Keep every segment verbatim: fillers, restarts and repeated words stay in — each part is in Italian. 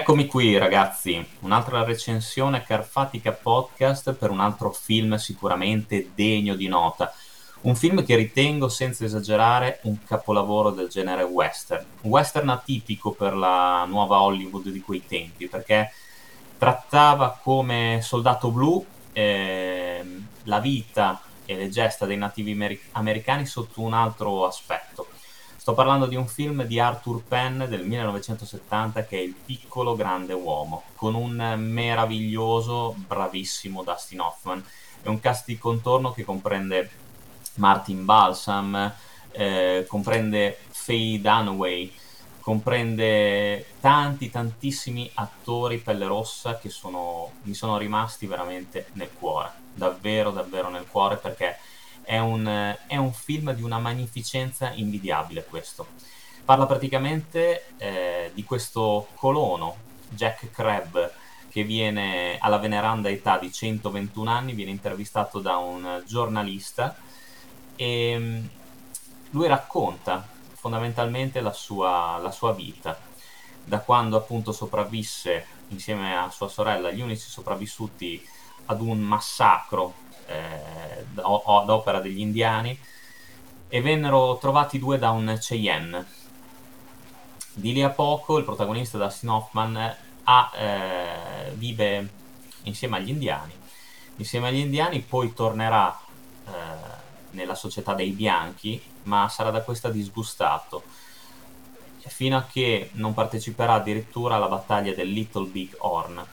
Eccomi qui ragazzi, un'altra recensione Carfatica Podcast per un altro film sicuramente degno di nota. Un film che ritengo, senza esagerare, un capolavoro del genere western. Un western atipico per la nuova Hollywood di quei tempi, perché trattava come soldato blu ehm, la vita e le gesta dei nativi ameri- americani sotto un altro aspetto. Sto parlando di un film di Arthur Penn del millenovecentosettanta che è Il piccolo grande uomo, con un meraviglioso, bravissimo Dustin Hoffman. È un cast di contorno che comprende Martin Balsam, eh, comprende Faye Dunaway, comprende tanti tantissimi attori pelle rossa che sono, mi sono rimasti veramente nel cuore, davvero davvero nel cuore, perché è un, è un film di una magnificenza invidiabile questo. Parla praticamente eh, di questo colono, Jack Crabb, che viene alla veneranda età di centoventuno anni, viene intervistato da un giornalista e mm, lui racconta fondamentalmente la sua, la sua vita, da quando appunto sopravvisse insieme a sua sorella, gli unici sopravvissuti ad un massacro eh, ad opera degli indiani, e vennero trovati due da un Cheyenne. Di lì a poco il protagonista Dustin Hoffman ha, eh, vive insieme agli indiani. Insieme agli indiani poi tornerà eh, nella società dei bianchi, ma sarà da questa disgustato, fino a che non parteciperà addirittura alla battaglia del Little Big Horn.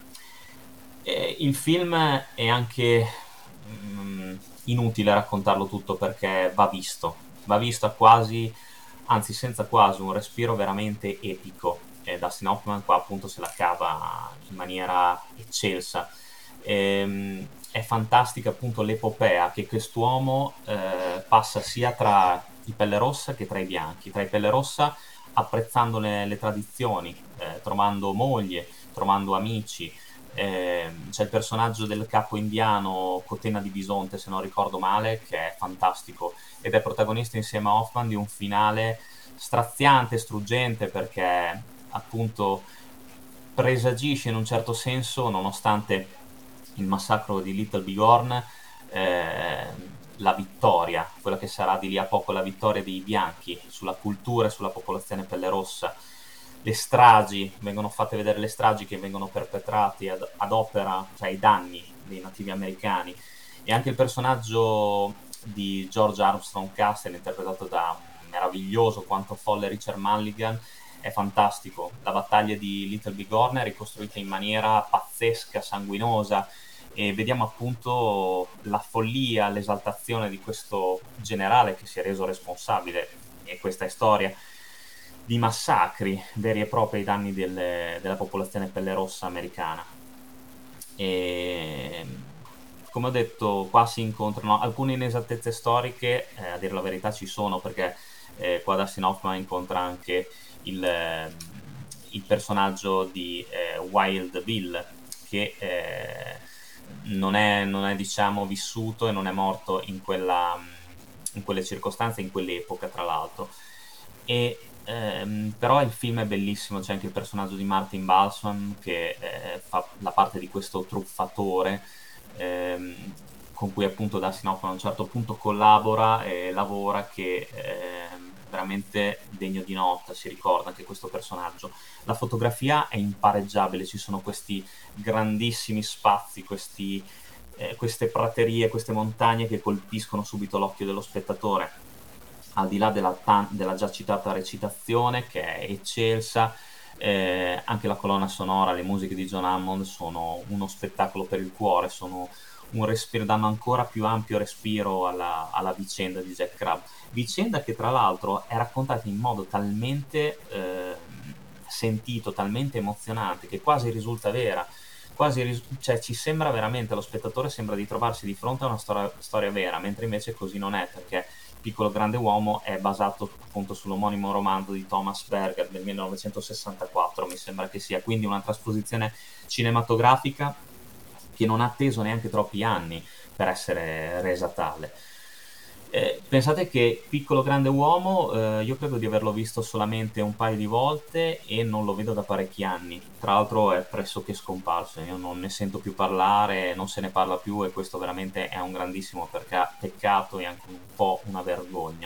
E il film è anche mm, inutile raccontarlo tutto perché va visto, va visto a quasi, anzi senza quasi, un respiro veramente epico. E Dustin Hoffman qua appunto se la cava in maniera eccelsa. Ehm, è fantastica appunto l'epopea che quest'uomo eh, passa sia tra i pelle rossa che tra i bianchi. Tra i pelle rossa apprezzando le, le tradizioni, eh, trovando moglie, trovando amici. Eh, c'è il personaggio del capo indiano Cotena di Bisonte, se non ricordo male, che è fantastico ed è protagonista insieme a Hoffman di un finale straziante, struggente, perché appunto presagisce in un certo senso, nonostante il massacro di Little Bigorn, eh, la vittoria, quella che sarà di lì a poco la vittoria dei bianchi sulla cultura e sulla popolazione pelle rossa. Le stragi, vengono fatte vedere le stragi che vengono perpetrate ad, ad opera, cioè ai danni dei nativi americani, e anche il personaggio di George Armstrong Castle, interpretato da un meraviglioso quanto folle Richard Mulligan, è fantastico. La battaglia di Little Bigorna è ricostruita in maniera pazzesca, sanguinosa, e vediamo appunto la follia, l'esaltazione di questo generale che si è reso responsabile, e questa è storia, di massacri veri e propri ai danni delle, della popolazione pelle rossa americana. E come ho detto, qua si incontrano alcune inesattezze storiche, eh, a dire la verità ci sono, perché eh, qua Dustin Hoffman incontra anche il, eh, il personaggio di eh, Wild Bill, che eh, non è, non è diciamo vissuto e non è morto in quella, in quelle circostanze, in quell'epoca tra l'altro. E ehm, però il film è bellissimo, c'è anche il personaggio di Martin Balsam che eh, fa la parte di questo truffatore, ehm, con cui appunto Dustin Hoffman a un certo punto collabora e lavora, che è veramente degno di nota, si ricorda anche questo personaggio. La fotografia è impareggiabile, ci sono questi grandissimi spazi, questi, eh, queste praterie, queste montagne che colpiscono subito l'occhio dello spettatore, al di là della, tan- della già citata recitazione che è eccelsa. Eh, anche la colonna sonora, le musiche di John Hammond sono uno spettacolo per il cuore, sono un respiro, danno ancora più ampio respiro alla, alla vicenda di Jack Crabb. Vicenda che tra l'altro è raccontata in modo talmente eh, sentito, talmente emozionante, che quasi risulta vera. Quasi ris- cioè, ci sembra veramente, lo spettatore sembra di trovarsi di fronte a una storia, storia vera, mentre invece così non è, perché Piccolo grande uomo è basato appunto sull'omonimo romanzo di Thomas Berger del millenovecentosessantaquattro, mi sembra che sia, quindi una trasposizione cinematografica che non ha atteso neanche troppi anni per essere resa tale. Eh, pensate che Piccolo Grande Uomo, eh, io credo di averlo visto solamente un paio di volte e non lo vedo da parecchi anni. Tra l'altro è pressoché scomparso, io non ne sento più parlare, non se ne parla più e questo veramente è un grandissimo perca- peccato e anche un po' una vergogna.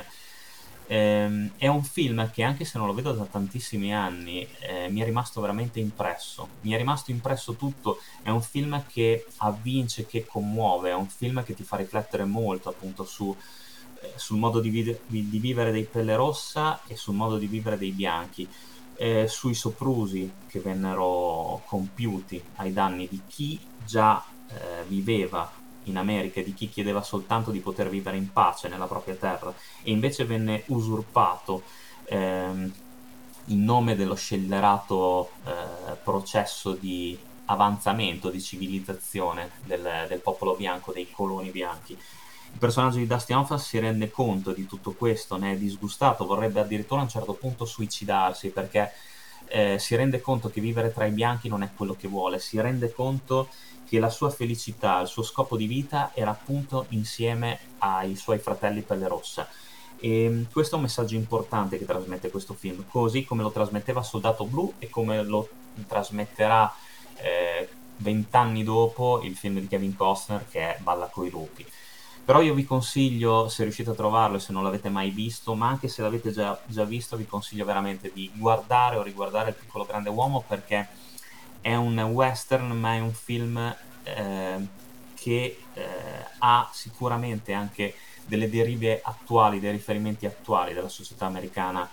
Ehm, è un film che anche se non lo vedo da tantissimi anni, eh, mi è rimasto veramente impresso. Mi è rimasto impresso tutto. È un film che avvince, che commuove, è un film che ti fa riflettere molto appunto su, eh, sul modo di, vide- di- di vivere dei Pelle Rossa e sul modo di vivere dei bianchi, eh, sui soprusi che vennero compiuti ai danni di chi già eh, viveva in America e di chi chiedeva soltanto di poter vivere in pace nella propria terra e invece venne usurpato ehm, in nome dello scellerato eh, processo di avanzamento, di civilizzazione del, del popolo bianco, dei coloni bianchi. Il personaggio di Dustin Hoffman si rende conto di tutto questo, ne è disgustato, vorrebbe addirittura a un certo punto suicidarsi perché eh, si rende conto che vivere tra i bianchi non è quello che vuole, si rende conto che la sua felicità, il suo scopo di vita era appunto insieme ai suoi fratelli Pelle Rossa. E questo è un messaggio importante che trasmette questo film, così come lo trasmetteva Soldato Blu e come lo trasmetterà eh, vent'anni dopo il film di Kevin Costner che è Balla coi lupi. Però io vi consiglio, se riuscite a trovarlo e se non l'avete mai visto, ma anche se l'avete già, già visto, vi consiglio veramente di guardare o riguardare Il piccolo grande uomo perché è un western, ma è un film eh, che eh, ha sicuramente anche delle derive attuali, dei riferimenti attuali della società americana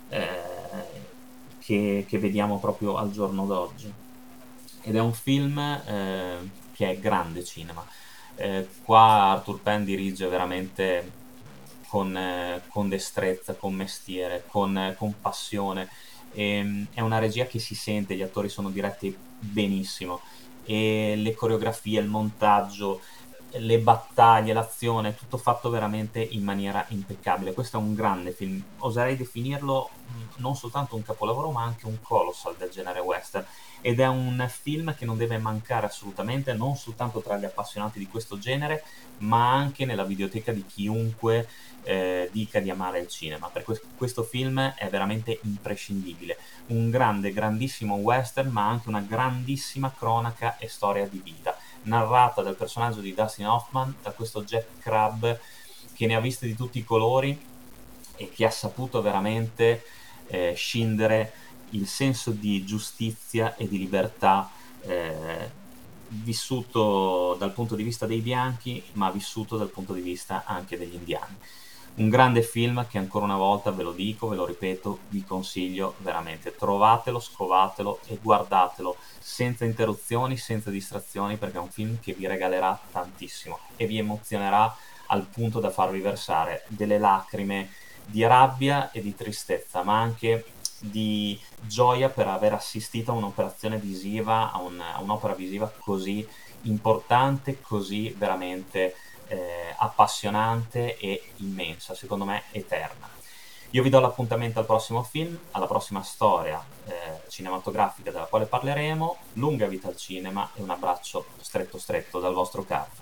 eh, che, che vediamo proprio al giorno d'oggi. Ed è un film eh, che è grande cinema. Eh, qua Arthur Penn dirige veramente con, eh, con destrezza, con mestiere, con, eh, con passione. E, è una regia che si sente, gli attori sono diretti benissimo e le coreografie, il montaggio, le battaglie, l'azione, è tutto fatto veramente in maniera impeccabile. Questo è un grande film, oserei definirlo mh, non soltanto un capolavoro ma anche un colossal del genere western ed è un film che non deve mancare assolutamente, non soltanto tra gli appassionati di questo genere, ma anche nella videoteca di chiunque eh, dica di amare il cinema. Per que- questo film è veramente imprescindibile. Un grande, grandissimo western, ma anche una grandissima cronaca e storia di vita, narrata dal personaggio di Dustin Hoffman, da questo Jack Crabbe che ne ha viste di tutti i colori e che ha saputo veramente eh, scindere il senso di giustizia e di libertà eh, vissuto dal punto di vista dei bianchi, ma vissuto dal punto di vista anche degli indiani. Un grande film che ancora una volta ve lo dico, ve lo ripeto, vi consiglio veramente. Trovatelo, scovatelo e guardatelo senza interruzioni, senza distrazioni, perché è un film che vi regalerà tantissimo e vi emozionerà al punto da farvi versare delle lacrime di rabbia e di tristezza, ma anche di gioia per aver assistito a un'operazione visiva, a, un, a un'opera visiva così importante, così veramente eh, appassionante e immensa, secondo me eterna. Io vi do l'appuntamento al prossimo film, alla prossima storia eh, cinematografica della quale parleremo. Lunga vita al cinema e un abbraccio stretto stretto dal vostro Carlo.